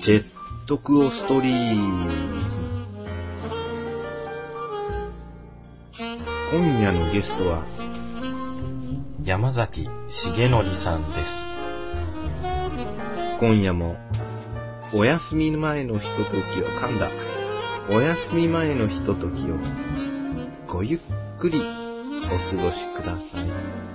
ジェットクオストリーム。今夜のゲストは山崎重則さんです。 今夜もお休み前のひとときをお休み前のひとときをごゆっくりお過ごしください。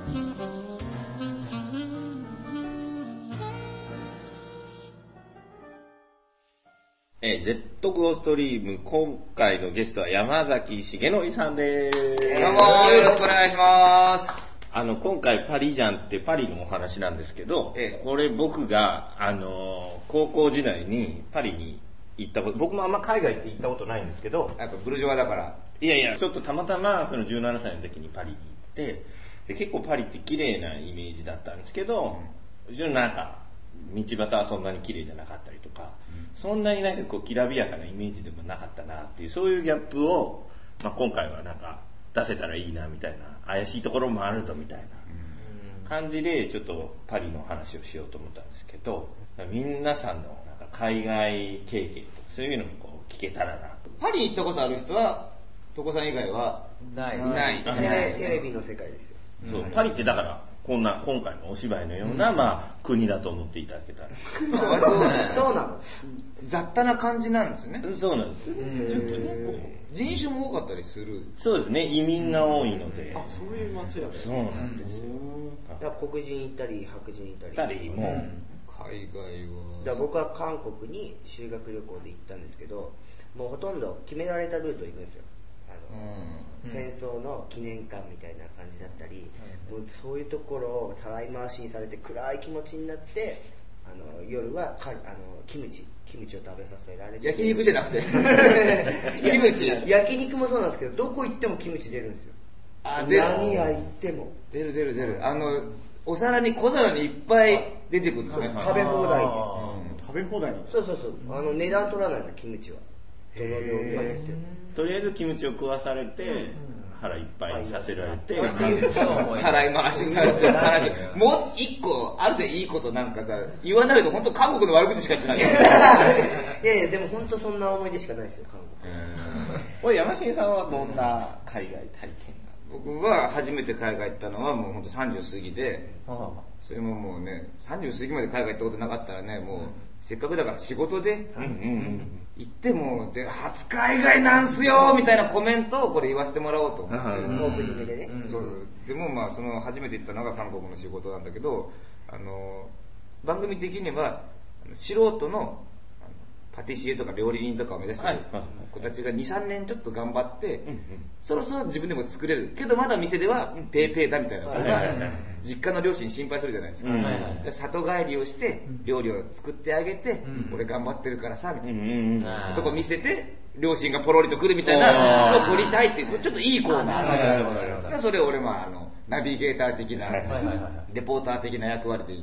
ジェットクオストリーム、今回のゲストは山崎重則さんです。 どうもよろしくお願いします。 今回パリジャンってパリのお話なんですけど、これ僕が、高校時代にパリに行ったこと、僕もあんま海外って行ったことないんですけど、 やっぱブルジョワだから。 いや、ちょっとたまたまその17歳の時にパリに行って、で結構パリって綺麗なイメージだったんですけど、なんか道端はそんなに綺麗じゃなかったりとか、そんなになんかこうきらびやかなイメージでもなかったなっていう、そういうギャップを、今回はなんか出せたらいいなみたいな、怪しいところもあるぞみたいな感じでちょっとパリの話をしようと思ったんですけど、皆さんのなんか海外経験とかそういうのもこう聞けたらなと。 パリ行ったことある人は床さん以外はないテレビの世界ですよ。 そう、パリってだから今回のお芝居のような、国だと思っていただけたら。 そうなの。 雑多な感じなんですよね。 そうなんです。ちょっとね、こう人種も多かったりする。 そうですね、移民が多いので。 そういう街だね。 そうなんですよ。 だから黒人いたり白人いたり。 も海外は。 だから僕は韓国に修学旅行で行ったんですけど、もうほとんど決められたルート行くんですよ。戦争の記念館みたいな感じだったり、もうそういうところをたらい回しにされて暗い気持ちになって、夜はキムチを食べさせられて、 焼肉じゃなくてキムチ。 焼肉もそうなんですけど、どこ行ってもキムチ出るんですよ。何屋行っても出る。お皿に小皿にいっぱい出てくるんですね。 食べ放題で。 食べ放題なんですか？そう値段取らないの、キムチは。どの料理が入ってる。 とりあえずキムチを食わされて、腹いっぱいさせられて、 払い回しされて話。もう一個あるでいいことなんかさ、言わないと本当韓国の悪口しか言ってない。いやでも本当そんな思い出しかないですよ、韓国。山新さんはどんな海外体験が？ 僕は初めて海外行ったのはもう本当30過ぎで、それももうね、30過ぎまで海外行ったことなかったらね、もうせっかくだから仕事で行ってもで初海外なんすよみたいなコメントをこれ言わせてもらおうと思って、 オープニングでね。 そうでもその初めて行ったのが韓国の仕事なんだけど、番組的には素人のパティシエとか料理人とかを目指してる子たちが 2,3 年ちょっと頑張って、そろそろ自分でも作れるけどまだ店ではペーペーだみたいな子が実家の両親心配するじゃないですか。里帰りをして料理を作ってあげて、俺頑張ってるからさみたいなとこ見せて、両親がポロリと来るみたいなのを撮りたいっていう、ちょっといいコーナー。それを俺はナビゲーター的なレポーター的な役割で行って、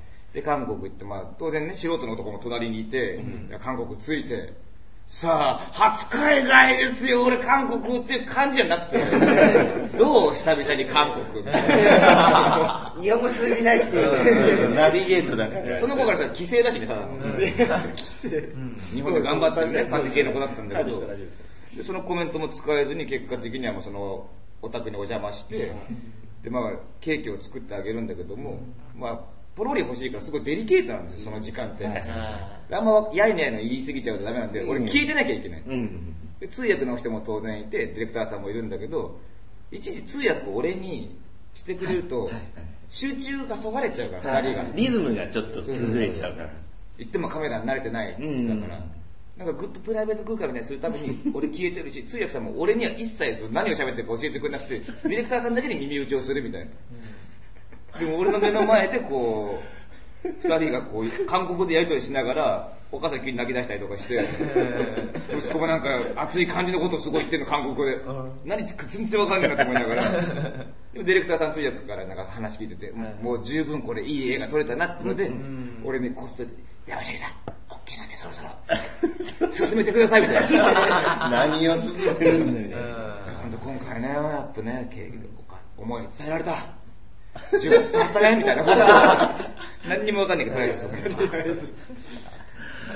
で韓国行って、当然ね素人の男も隣にいて、韓国着いて、さあ初海外ですよ俺韓国っていう感じじゃなくてどう久々に韓国みたいな日本語通じないしナビゲートだから、 その子からしたら帰省だしね、ただの日本で頑張ったねパティシエの子だったんだけど、でそのコメントも使えずに結果的にはそのお宅にお邪魔して、でケーキを作ってあげるんだけども、ポロリ欲しいからすごいデリケートなんですよ、その時間って。あんまやいねやいの言い過ぎちゃうとダメなんで、俺聞いてなきゃいけない。で通訳の人も当然いて、ディレクターさんもいるんだけど、一時通訳を俺にしてくれると、集中がそがれちゃうから、2人が。 リズムがちょっと崩れちゃうから。 言ってもカメラに慣れてない人だから。なんかグッとプライベート空間みたいにするために俺消えてるし、通訳さんも俺には一切何を喋ってるか教えてくれなくて、ディレクターさんだけに耳打ちをするみたいな。でも俺の目の前でこう2人がこう韓国でやり取りしながら、お母さん急に泣き出したりとかして、息子もなんか熱い感じのことをすごい言ってるの韓国語で、何って全然わかんないなと思いながら、でもディレクターさん通訳からなんか話聞いてて、もう十分これいい映画撮れたなってので、俺にこっそり山下さん OK なんでそろそろ進めてくださいみたいな。 何を進めるんだよね。 今回ねやっぱね思い伝えられた。10月経ったねみたいなこと何にも分かんないけどとりあえず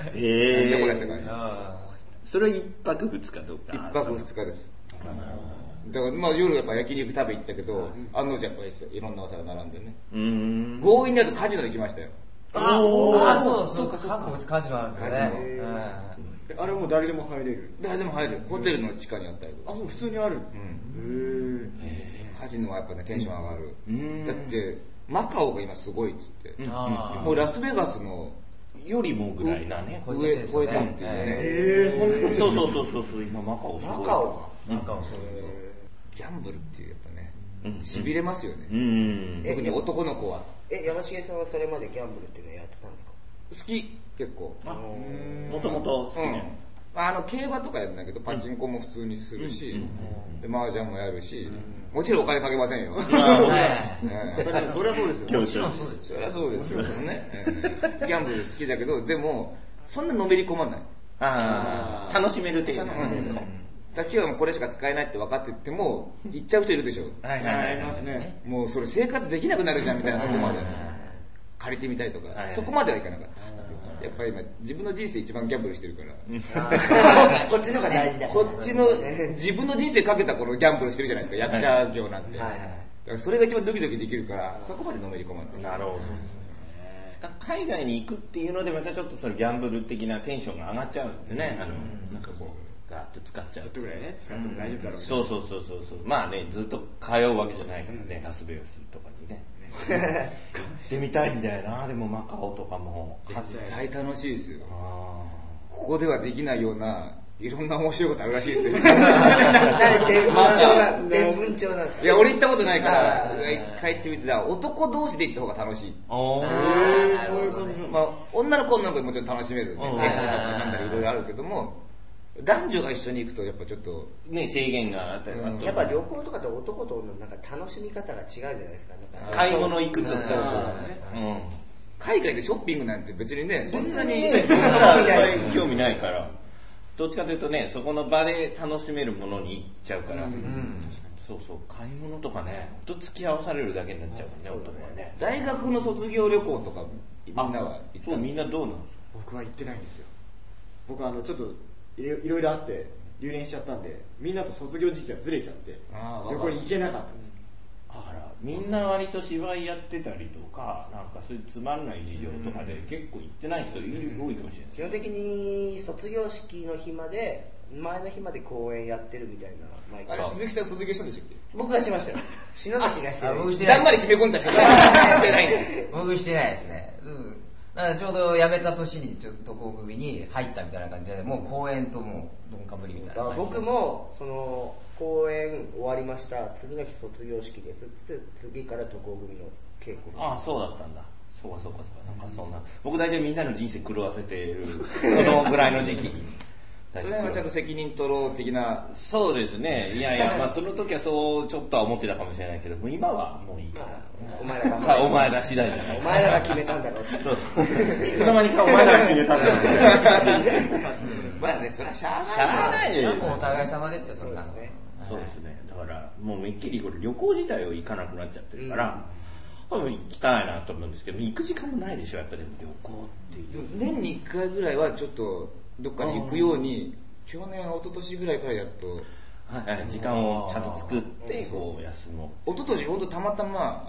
へ旅行だったからね。 それは1泊2日とか。 1泊2日です。だからまあ夜やっぱ焼肉食べ行ったけど、案の定やっぱりいろんなお皿並んでね。強引にあとカジノ行きましたよ。 そうか、韓国ってカジノあるんですよね。 あれもう誰でも入れる？ 誰でも入る。ホテルの地下にあったりとか。 もう普通にある。 カジノはやっぱねテンション上がる。だってマカオが今すごいっつって。もうラスベガスのよりもぐらいなね。 超えたっていうね。 そんなことそう今マカオすごい。 マカオギャンブルっていうやっぱね、痺れますよね。特に男の子は。 山重さんはそれまでギャンブルっていうのやってたんですか？ 好き、結構。 もともと好きね。 競馬とかやるんだけど、パチンコも普通にするし、麻雀もやるし、もちろんお金かけませんよ。 そりゃそうですよ。 そりゃそうですよね。ギャンブル好きだけど、でも、そんなのめり込まない。 楽しめる程度。 だけはもうこれしか使えないって分かってても行っちゃう人いるでしょ。 ありますね。 もうそれ生活できなくなるじゃんみたいなとこまで借りてみたいとか、そこまではいかなかった。やっぱり今自分の人生一番ギャンブルしてるからこっちのが大事だ。 こっちの自分の人生かけたこのギャンブルしてるじゃないですか、役者業なんて。だからそれが一番ドキドキできるから、そこまでのめり込まない。 なるほど。海外に行くっていうのでまたちょっとそのギャンブル的なテンションが上がっちゃうんでね。なんかこうガーッと使っちゃう。 ちょっとぐらいね、使っても大丈夫だろう。 そう。まあね、ずっと通うわけじゃないからね、ラスベガスとかにね。行ってみたいんだよな、でもマカオとかも。 絶対楽しいですよ。ここではできないようないろんな面白いことあるらしいですよ。 伝文帳なんです。 いや、俺行ったことないから、一回行ってみて、男同士で行った方が楽しい。 そういう感じ。 まあ、女の子ももちろん楽しめる。ゲストとかなんだりいろいろあるけども、男女が一緒に行くとやっぱちょっとね、制限があったりとか、 やっぱ旅行とかって男と女のなんか楽しみ方が違うじゃないですか。 買い物行くとか、 海外でショッピングなんて別にね、そんなに興味ないから、どっちかというとね、そこの場で楽しめるものに行っちゃうから、そう買い物とかね、ほんと付き合わされるだけになっちゃうからね、男はね。 大学の卒業旅行とかみんなは行ったんですか？ みんなどうなんですか？ 僕は行ってないんですよ。僕はちょっといろいろあって留年しちゃったんで、みんなと卒業時期がずれちゃって旅行に行けなかったんです。 みんな割と芝居やってたりとか、なんかそういうつまんない事情とかで結構行ってない人多いかもしれない。 基本的に卒業式の日まで、前の日まで公演やってるみたいな。 あれ、鈴木さん卒業したんでしたっけ？ 僕がしましたよ。篠崎がしてない。 僕してない。 だんまり決め込んだ人がしてないんで。 僕してないですね。だからちょうど辞めた年にちょっとこう組に入ったみたいな感じで、もう公演ともうどんかぶりみたいな。 僕もその公演終わりました。次の日卒業式です。つって次から渡航組の稽古。 そうだったんだ。そうか。なんかそんな。僕大体みんなの人生狂わせてるそのぐらいの時期に。 それはちゃんと責任取ろう的な。 そうですね。いや、まあその時はそうちょっとは思ってたかもしれないけど、もう今はもういいから。 お前ら次第じゃない。お前らが決めたんだろう。 いつの間にかお前らが決めたんだろう。 まあね、それはしゃあないよ。 お互い様ですよ、そんなの。 そうですね。だからもうめっきりこれ旅行自体を行かなくなっちゃってるから、多分行きたいなと思うんですけど、行く時間もないでしょ、やっぱり旅行っていう。 年に1回ぐらいはちょっとどっかに行くように、去年一昨年ぐらいからやっと時間をちゃんと作ってこう休もう。 一昨年本当たまたま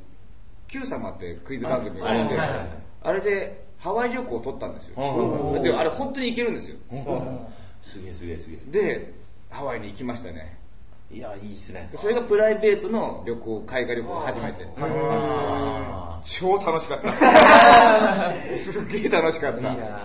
Q 様ってクイズ番組があって、あれでハワイ旅行を取ったんですよ。であれ本当に行けるんですよ。 すげえ。 でハワイに行きましたね。 いや、いいっすね。 それがプライベートの旅行、海外旅行初めて。超楽しかった。すっげえ楽しかった。いいな。 いいな。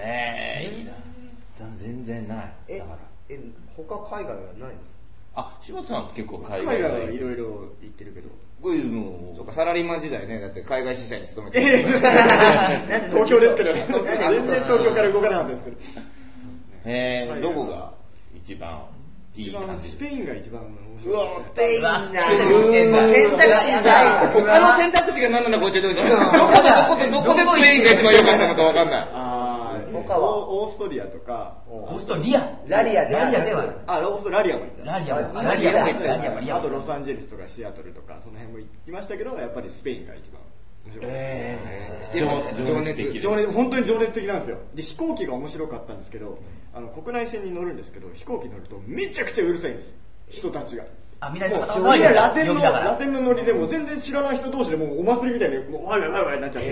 全然ない。だから。 他海外はないの？ 柴田さん結構海外はいろいろ行ってるけど。 そうか、サラリーマン時代ね、だって海外支社に勤めてる。 東京ですけど、全然東京から動かなかったですけど。 どこが一番いい感じ？ スペインが一番面白い。 スペインな。選択肢ない。 他の選択肢が何なのか教えてほしい。どこでスペインが一番良かったのか分かんない。 他はオーストリアとか。 オーストリア？ ラリアではない。 オーストラリアも行った。 ラリアも。 あとロサンゼルスとかシアトルとかその辺も行きましたけど、やっぱりスペインが一番情熱的。本当に情熱的なんですよ。で、飛行機が面白かったんですけど、国内線に乗るんですけど、飛行機乗るとめちゃくちゃうるさいんです。人たちが。 みんなラテンのノリでも全然知らない人同士でもうお祭りみたいにもうワイワイワイワイになっちゃって。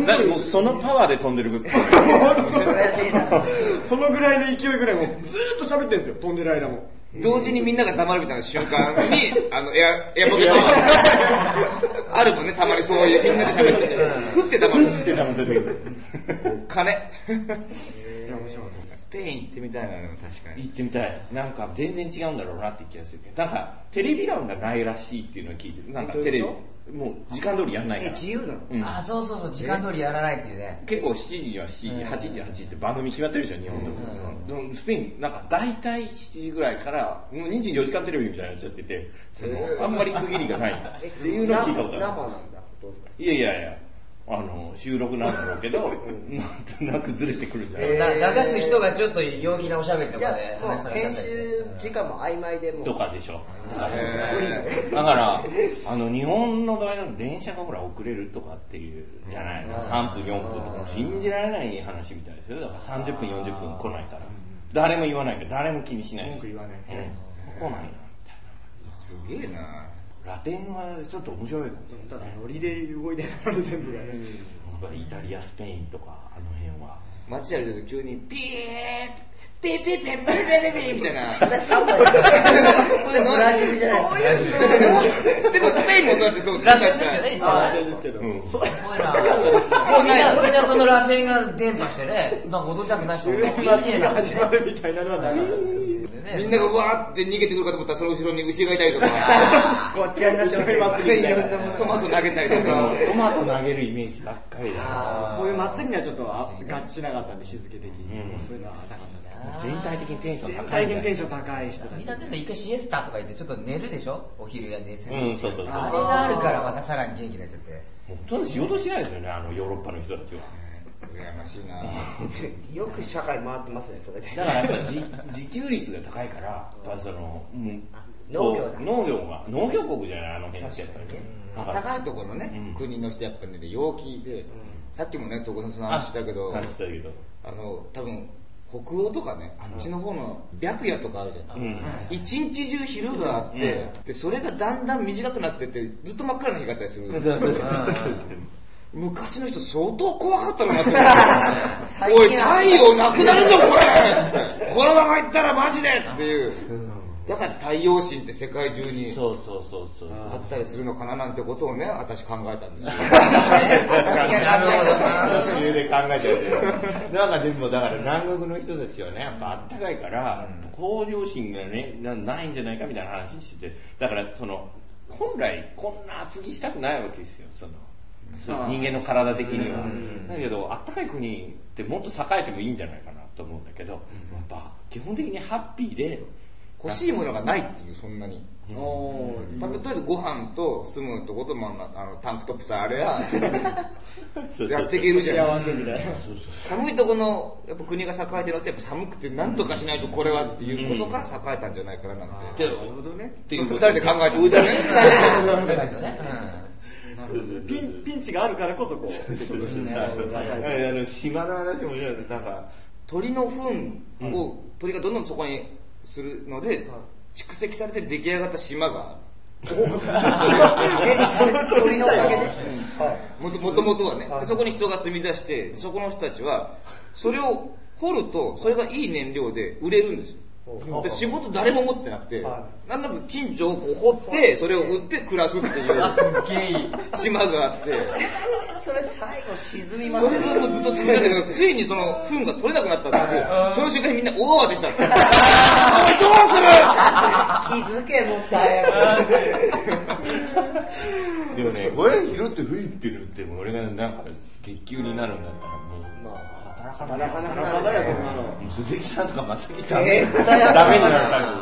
だってもうそのパワーで飛んでるそのぐらいの勢いぐらいもうずーっと喋ってるんですよ、飛んでる間も。 同時にみんなが黙るみたいな瞬間に、エアポケットあるもんね、たまにそういうみんなで喋ってて、ふって黙る。金。面白かったです。スペイン行ってみたいな、でも確かに。 行ってみたい。なんか全然違うんだろうなって気がするけど、なんかテレビ欄がないらしいっていうのを聞いてる。なんかテレビ、もう時間通りやんないから。 自由なの？ そう、時間通りやらないっていうね。 結構7時には7時、8時8時って番組決まってるでしょ、日本でも。スペイン、なんか大体7時ぐらいから、もう24時間テレビみたいになっちゃってて、あんまり区切りがないっていうのを聞いたことある。 生なんだ、 いや。収録なんだろうけど、なんとなくずれてくるんじゃない流す人がちょっと陽気なおしゃべりとかで話されたりして。編集時間も曖昧でも。 とかでしょ。だから、日本の場合だと電車がほら遅れるとかっていうじゃないの。3分、4分とか信じられない話みたいですよ。だから30分、40分来ないから。誰も言わないけど、誰も気にしないし。 文句言わない。 来ないな、みたいな。 すげえな。 ラテンはちょっと面白いかも。 ただノリで動いてるの全部がね。 イタリア、スペインとかあの辺は。 街歩いてると急にピーピーピーピーピーピーピーみたいな。それブラジルじゃないですか。 でもスペインもだってそう。 ラテンですよね、一応。 ラテンですけど。 みんなそのラテンが伝播してね、なんか踊りたくない人もいるが始まるみたいなのはなかった。 みんながわーって逃げてくるかと思ったらその後ろに牛がいたりとか、 こっちになっちゃうトマト投げたりとか、 トマト投げるイメージばっかりだ。 そういう祭りにはちょっと合致しなかったんで、日付的に。そういうのはなかったです。 全体的にテンション高い。 全体的にテンション高い人たち。 みんな全部一回シエスタとか言ってちょっと寝るでしょ、お昼や寝せる。 そう。 あれがあるからまたさらに元気になっちゃって。 ほとんど仕事しないですよね、ヨーロッパの人たちは。 羨ましいな。 よく社会回ってますね、それで。 だからやっぱり自給率が高いから、やっぱその、 農業国じゃない、あの辺ってやっぱりね。 高いところのね、国の人やっぱりね、陽気で、さっきもね、徳田さんの話したけど、多分、北欧とかね、あっちの方の白夜とかあるじゃん。一日中昼があって、で、それがだんだん短くなってって、ずっと真っ暗な日があったりする。昔の人相当怖かったのなっておい、太陽なくなるぞこれこのまま行ったらマジでっていう。だから太陽神って世界中にあったりするのかななんてことをね、私考えたんですよ。 なるほどな。理由で考えちゃうけど。なんかでもだから南国の人たちはね、やっぱあったかいから、向上心がね、ないんじゃないかみたいな話してて、だからその、本来こんな厚着したくないわけですよ、人間の体的には。だけど、あったかい国ってもっと栄えてもいいんじゃないかなと思うんだけど、やっぱ基本的にハッピーで、 欲しいものがないっていう、そんなに。とりあえずご飯と住むとこと、タンクトップさえあれや、やっていけるじゃん。幸せみたいな。寒いとこのやっぱ国が栄えてるのってやっぱ寒くて何とかしないとこれはっていうことから栄えたんじゃないかななんて。なるほどね。っていう二人で考えておいたね。 ピンチがあるからこそこう。 島の話もなんか鳥の糞を鳥がどんどんそこにするので蓄積されて出来上がった島がある。 鳥のおかげでもともとはね、そこに人が住み出して、そこの人たちはそれを掘るとそれがいい燃料で売れるんですよ。で仕事誰も持ってなくて、なんだか近所をこう掘ってそれを売って暮らすっていう島があって、 それ最後沈みますね。それがもうずっと続いてたけど、ついにその糞が取れなくなったって、その瞬間にみんな大慌てしたって。おいどうする？気づけもったいでもね、これ拾って吹いてるって俺がなんか月給になるんだったらもう働かなかだよ、そんなの。 鈴木さんとか松木さんダメになるから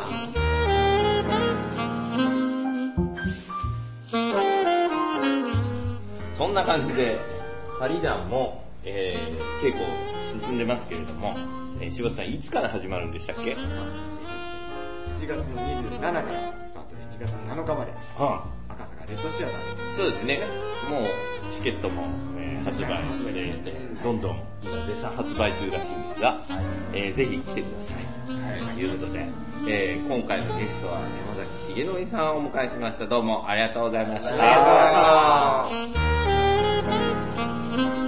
そんな感じでパリジャンも、稽古進んでますけれども、柴田さんいつから始まるんでしたっけ？ 1月の27からスタートで2月7日まで、赤坂レッドシアターで。 そうですね。もうチケットも、発売して、どんどん今絶賛発売中らしいんですが、ぜひ来てください。ということで、今回のゲストは山崎重則さんをお迎えしました。どうもありがとうございました。 ありがとうございました。